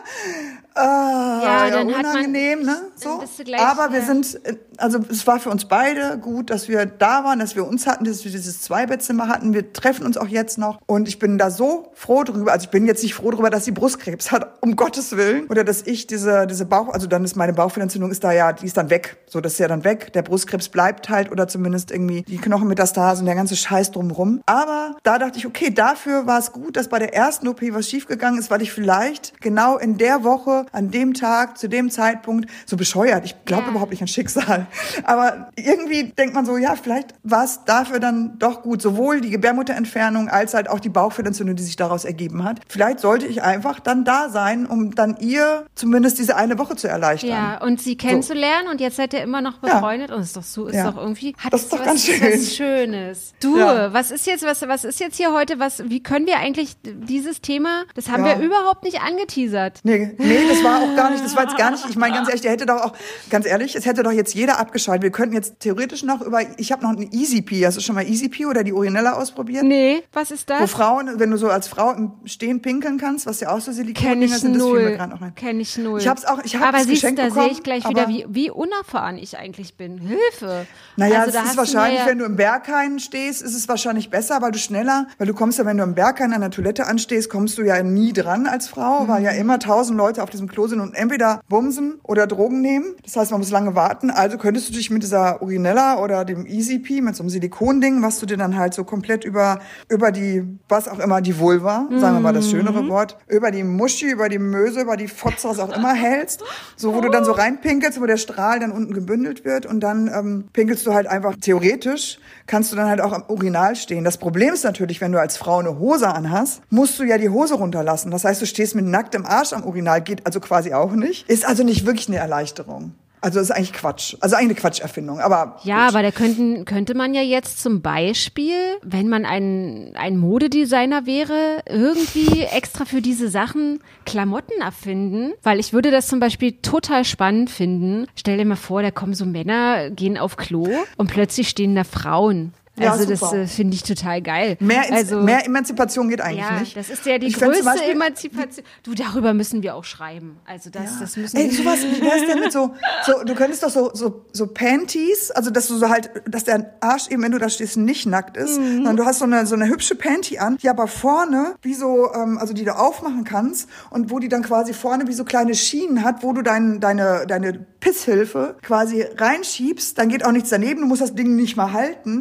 ah, ja, ja, dann unangenehm, hat man, ne? So. Gleich, aber wir ja. sind, also es war für uns beide gut, dass wir da waren, dass wir uns hatten, dass wir dieses Zweibettzimmer hatten. Wir treffen uns auch jetzt noch und ich bin da so froh drüber. Also ich bin jetzt nicht froh drüber, dass sie Brustkrebs hat, um Gottes Willen, oder dass ich diese diese Bauch, also dann ist meine Bauchfellentzündung ist da ja, die ist dann weg. So, das ist ja dann weg. Der Brustkrebs bleibt halt oder zumindest irgendwie die Knochenmetastasen, der ganze Scheiß drumherum. Aber da dachte ich, okay, dafür war es gut, dass bei der ersten O P was schiefgegangen ist, weil ich vielleicht genau in der Woche, an dem Tag, zu dem Zeitpunkt, so bescheuert, ich glaube ja. überhaupt nicht an Schicksal, aber irgendwie denkt man so, ja, vielleicht war es dafür dann doch gut, sowohl die Gebärmutterentfernung als halt auch die Bauchfellentzündung, die sich daraus ergeben hat. Vielleicht sollte ich einfach dann da sein, um dann ihr zumindest diese eine Woche zu erleichtern. Ja, und sie kennenzulernen so. Und jetzt seid ihr immer noch befreundet ja. und ist doch so, ist ja. doch irgendwie, hat das ist doch was, ganz schön. was Schönes. Du, ja. was ist jetzt, was, was ist jetzt hier heute, was, wie können wir eigentlich dieses Thema, das haben ja. wir überhaupt nicht angeteasert. Nee, nee, das war auch gar nicht, das war jetzt gar nicht, ich meine ganz ehrlich, der hätte doch auch, ganz ehrlich, es hätte doch jetzt jeder abgeschaltet. Wir könnten jetzt theoretisch noch über, ich habe noch ein Easy Pee, hast du schon mal Easy Pee oder die Urinella ausprobiert? Nee, was ist das? Wo Frauen, wenn du so als Frau im Stehen pinkeln kannst, was ja auch so Silikon-Dinger sind, das fiel mir gerade noch rein. Kenn ich null. Ich hab's auch, ich hab aber das siehst, geschenkt da bekommen. sehe ich gleich wieder, wie, wie unerfahren ich eigentlich bin. Hilfe. Naja, also, es ist wahrscheinlich, ja wenn du im Berghain stehst, ist es wahrscheinlich besser, weil du schneller, weil du kommst ja, wenn du im Berghain an der Toilette anstehst, kommst du ja nie dran als Frau, mhm. weil ja immer tausend Leute auf diesem Klo sind und entweder bumsen oder Drogen nehmen. Das heißt, man muss lange warten. Also könntest du dich mit dieser Urinella oder dem Easy Pee, mit so einem Silikonding, was du dir dann halt so komplett über, über die, was auch immer, die Vulva, mhm. sagen wir mal das schönere Wort, über die Muschi, über die Möse, über die Fotze, was auch immer hältst, so wo du dann so reinpinkelst, wo der Strahl dann unten gebündelt wird und dann ähm, pinkelst du halt einfach, theoretisch kannst du dann halt auch am Urinal stehen. Das Problem ist natürlich, wenn du als Frau eine Hose anhast, musst du ja die Hose runterlassen. Das heißt, du stehst mit nacktem Arsch am Urinal, geht also quasi auch nicht. Ist also nicht wirklich eine Erleichterung. Also das ist eigentlich Quatsch. Also eigentlich eine Quatscherfindung, aber ja, gut. aber da könnten, könnte man ja jetzt zum Beispiel, wenn man ein, ein Modedesigner wäre, irgendwie extra für diese Sachen Klamotten erfinden, weil ich würde das zum Beispiel total spannend finden. Stell dir mal vor, da kommen so Männer, gehen auf Klo und plötzlich stehen da Frauen. Ja, also super. das äh, finde ich total geil. Mehr, also, mehr Emanzipation geht eigentlich ja, nicht. Das ist ja die ich größte Beispiel, Emanzipation. Du, darüber müssen wir auch schreiben. Also das, ja. das müssen Ey, wir. sowas, wie wär's denn mit so, so, du könntest doch so, so, so Panties, also dass du so halt, dass der Arsch eben, wenn du da stehst, nicht nackt ist, mhm. sondern du hast so eine, so eine hübsche Panty an, die aber vorne, wie so, ähm, also die du aufmachen kannst und wo die dann quasi vorne wie so kleine Schienen hat, wo du dein, deine, deine Pisshilfe quasi reinschiebst, dann geht auch nichts daneben, du musst das Ding nicht mal halten und dann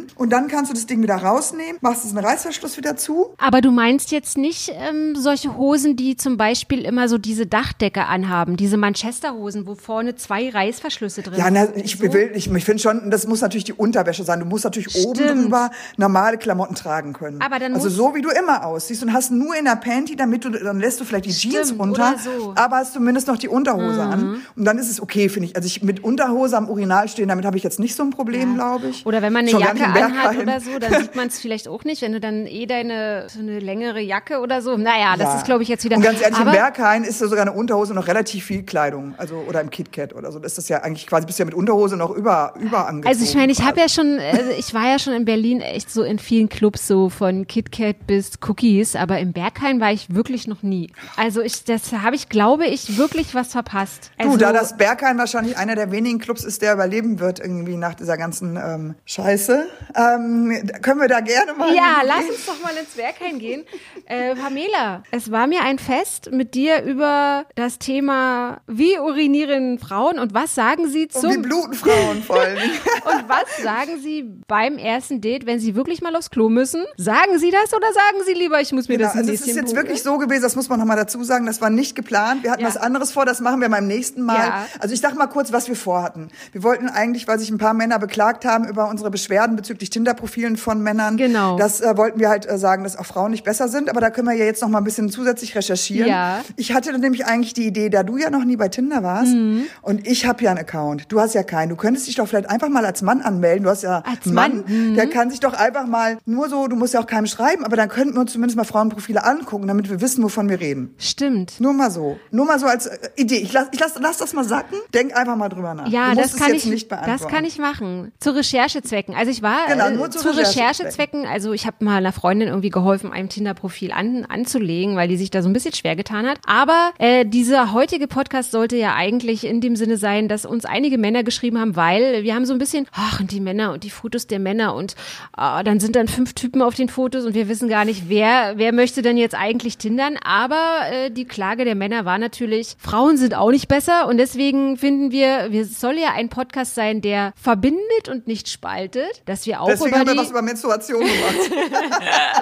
dann kannst du das Ding wieder rausnehmen, machst es einen Reißverschluss wieder zu. Aber du meinst jetzt nicht ähm, solche Hosen, die zum Beispiel immer so diese Dachdecke anhaben, diese Manchester-Hosen, wo vorne zwei Reißverschlüsse drin ja, na, sind. ich so? will, ich, ich finde schon, das muss natürlich die Unterwäsche sein. Du musst natürlich Stimmt. oben drüber normale Klamotten tragen können. Aber dann also muss- so, wie du immer aussiehst und hast nur in der Panty, damit du, dann lässt du vielleicht die Stimmt, Jeans runter, oder so. aber hast zumindest noch die Unterhose Mhm. an. Und dann ist es okay, finde ich. Also ich mit Unterhose am Urinal stehen, damit habe ich jetzt nicht so ein Problem, Ja. glaube ich. Oder wenn man eine Schon gar Jacke nicht im anhat Berghain. oder so, dann sieht man es vielleicht auch nicht, wenn du dann eh deine, so eine längere Jacke oder so. Naja, das Ja. ist, glaube ich, jetzt wieder. Und ganz ehrlich, aber, im Berghain ist so sogar eine Unterhose noch relativ viel Kleidung. Also, oder im KitKat oder so. Das ist ja eigentlich quasi, bist du ja mit Unterhose noch über, über angezogen. Also ich meine, ich habe quasi. ja schon, also ich war ja schon in Berlin echt so in vielen Clubs, so von KitKat bis Cookies, aber im Berghain war ich wirklich noch nie. Also ich, das habe ich, glaube ich, wirklich was verpasst. Also, Du, da das Berghain wahrscheinlich einer der wenigen Clubs ist, der überleben wird irgendwie nach dieser ganzen ähm, Scheiße, ähm, können wir da gerne mal Ja, hingehen? lass uns doch mal ins Berghain gehen. Äh, Pamela, es war mir ein Fest, mit dir über das Thema, wie urinieren Frauen und was sagen sie Und wie zum bluten Frauen vor allem. und was sagen sie beim ersten Date, wenn sie wirklich mal aufs Klo müssen? Sagen sie das oder sagen sie lieber, ich muss mir Genau, das ein also es bisschen ist jetzt probieren? wirklich so gewesen, das muss man nochmal dazu sagen, das war nicht geplant. Wir hatten Ja. was anderes vor, das machen wir beim nächsten Mal. Ja. Also ich sag mal kurz, was wir vorhatten. Wir wollten eigentlich, weil sich ein paar Männer beklagt haben über unsere Beschwerden bezüglich Tinder-Profilen von Männern, Genau. das äh, wollten wir halt äh, sagen, dass auch Frauen nicht besser sind, aber da können wir ja jetzt noch mal ein bisschen zusätzlich recherchieren. Ja. Ich hatte dann nämlich eigentlich die Idee, da du ja noch nie bei Tinder warst Mhm. und ich habe ja einen Account, du hast ja keinen, du könntest dich doch vielleicht einfach mal als Mann anmelden, du hast ja Als einen Mann? Mhm. der kann sich doch einfach mal, nur so, du musst ja auch keinem schreiben, aber dann könnten wir uns zumindest mal Frauenprofile angucken, damit wir wissen, wovon wir reden. Stimmt. Nur mal so. Nur mal so als äh, Idee. Ich lass, ich lass, lass das mal sacken. Denk einfach mal drüber nach. Ja, du musst das es kann jetzt ich, nicht beantworten. das kann ich machen. Zu Recherchezwecken. Also ich war Genau, äh, nur zu zu Recherchezwecken. Recherchezwecken. Also ich habe mal einer Freundin irgendwie geholfen, ein Tinder-Profil an, anzulegen, weil die sich da so ein bisschen schwer getan hat. Aber äh, dieser heutige Podcast sollte ja eigentlich in dem Sinne sein, dass uns einige Männer geschrieben haben, weil wir haben so ein bisschen, ach, und die Männer und die Fotos der Männer und äh, dann sind dann fünf Typen auf den Fotos und wir wissen gar nicht, wer, wer möchte denn jetzt eigentlich tindern. Aber äh, die Klage der Männer war natürlich, Frauen sind auch nicht besser und deswegen finden wir, wir es soll ja ein Podcast sein, der verbindet und nicht spaltet, dass wir auch Deswegen über haben wir die was über Menstruation gemacht.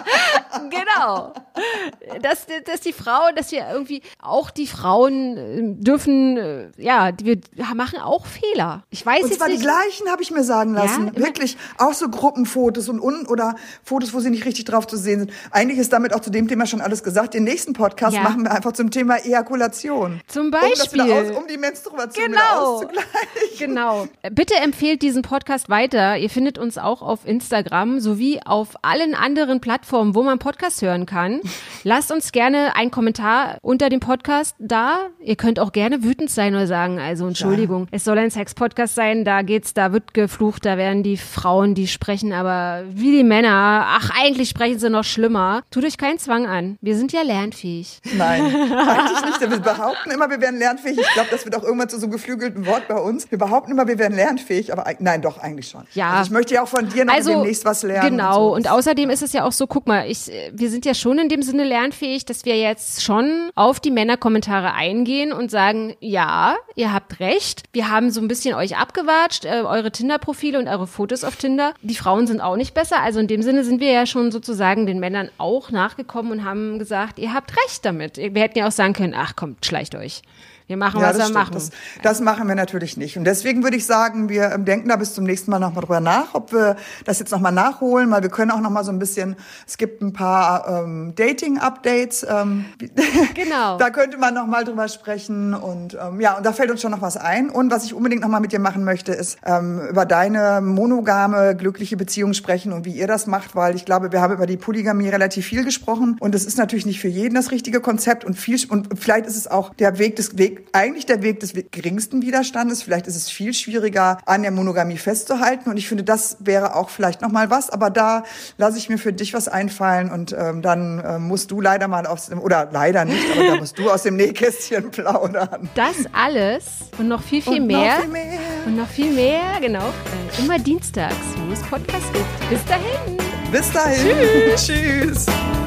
genau, dass, dass die Frauen, dass wir irgendwie auch die Frauen äh, dürfen, äh, ja, die, wir machen auch Fehler. Ich weiß Und jetzt zwar die nicht. gleichen, habe ich mir sagen lassen. Ja, immer- Wirklich. Auch so Gruppenfotos und, und oder Fotos, wo sie nicht richtig drauf zu sehen sind. Eigentlich ist damit auch zu dem Thema schon alles gesagt. Den nächsten Podcast Ja. machen wir einfach zum Thema Ejakulation. Zum Um, das Beispiel. wieder aus, um die Menstruation wieder Genau. auszugleichen. Genau. Bitte empfehlt diesen Podcast weiter. Ihr findet uns auch auf Instagram sowie auf allen anderen Plattformen, wo man Podcasts hören kann. Lasst uns gerne einen Kommentar unter dem Podcast da. Ihr könnt auch gerne wütend sein oder sagen, also Entschuldigung, es soll ein Sex-Podcast sein, da geht's, da wird geflucht, da werden die Frauen, die sprechen aber wie die Männer. Ach, eigentlich sprechen sie noch schlimmer. Tut euch keinen Zwang an. Wir sind ja lernfähig. Nein, eigentlich nicht. Wir behaupten immer, wir wären lernfähig. Ich glaube, das wird auch irgendwann zu so einem geflügelten Wort bei uns. Wir behaupten immer, wir wären lernfähig, aber eig- nein, doch, eigentlich schon. Ja. Also ich möchte ja auch von dir noch Also, demnächst was lernen. Genau, und, und, so. außerdem ist es ja auch so, guck mal, ich, wir sind ja schon in dem Sinne lernfähig, dass wir jetzt schon auf die Männerkommentare eingehen und sagen, ja, ihr habt recht, wir haben so ein bisschen euch abgewatscht, äh, eure Tinder-Profile und eure Fotos auf Tinder. Die Frauen sind auch nicht besser, also in dem Sinne sind wir ja schon sozusagen den Männern auch nachgekommen und haben gesagt, ihr habt recht damit. Wir hätten ja auch sagen können, ach kommt, schleicht euch. Wir machen, Ja, was das wir stimmt. machen. Das, das machen wir natürlich nicht. Und deswegen würde ich sagen, wir ähm, denken da bis zum nächsten Mal nochmal drüber nach, ob wir das jetzt nochmal nachholen, weil wir können auch nochmal so ein bisschen, es gibt ein paar ähm, Dating-Updates. Ähm, Genau. Da könnte man nochmal drüber sprechen. Und ähm, ja, und da fällt uns schon noch was ein. Und was ich unbedingt nochmal mit dir machen möchte, ist ähm, über deine monogame, glückliche Beziehung sprechen und wie ihr das macht, weil ich glaube, wir haben über die Polygamie relativ viel gesprochen. Und es ist natürlich nicht für jeden das richtige Konzept. Und viel und vielleicht ist es auch der Weg des Weg eigentlich der Weg des geringsten Widerstandes. Vielleicht ist es viel schwieriger, an der Monogamie festzuhalten. Und ich finde, das wäre auch vielleicht noch mal was. Aber da lasse ich mir für dich was einfallen. Und ähm, dann ähm, musst du leider mal aus dem, oder leider nicht, aber da musst du aus dem Nähkästchen plaudern. Das alles und noch viel, viel Und noch mehr. viel mehr. Und noch viel mehr, genau. Äh, immer dienstags, wo es Podcasts gibt. Bis dahin. Bis dahin. Tschüss. Tschüss.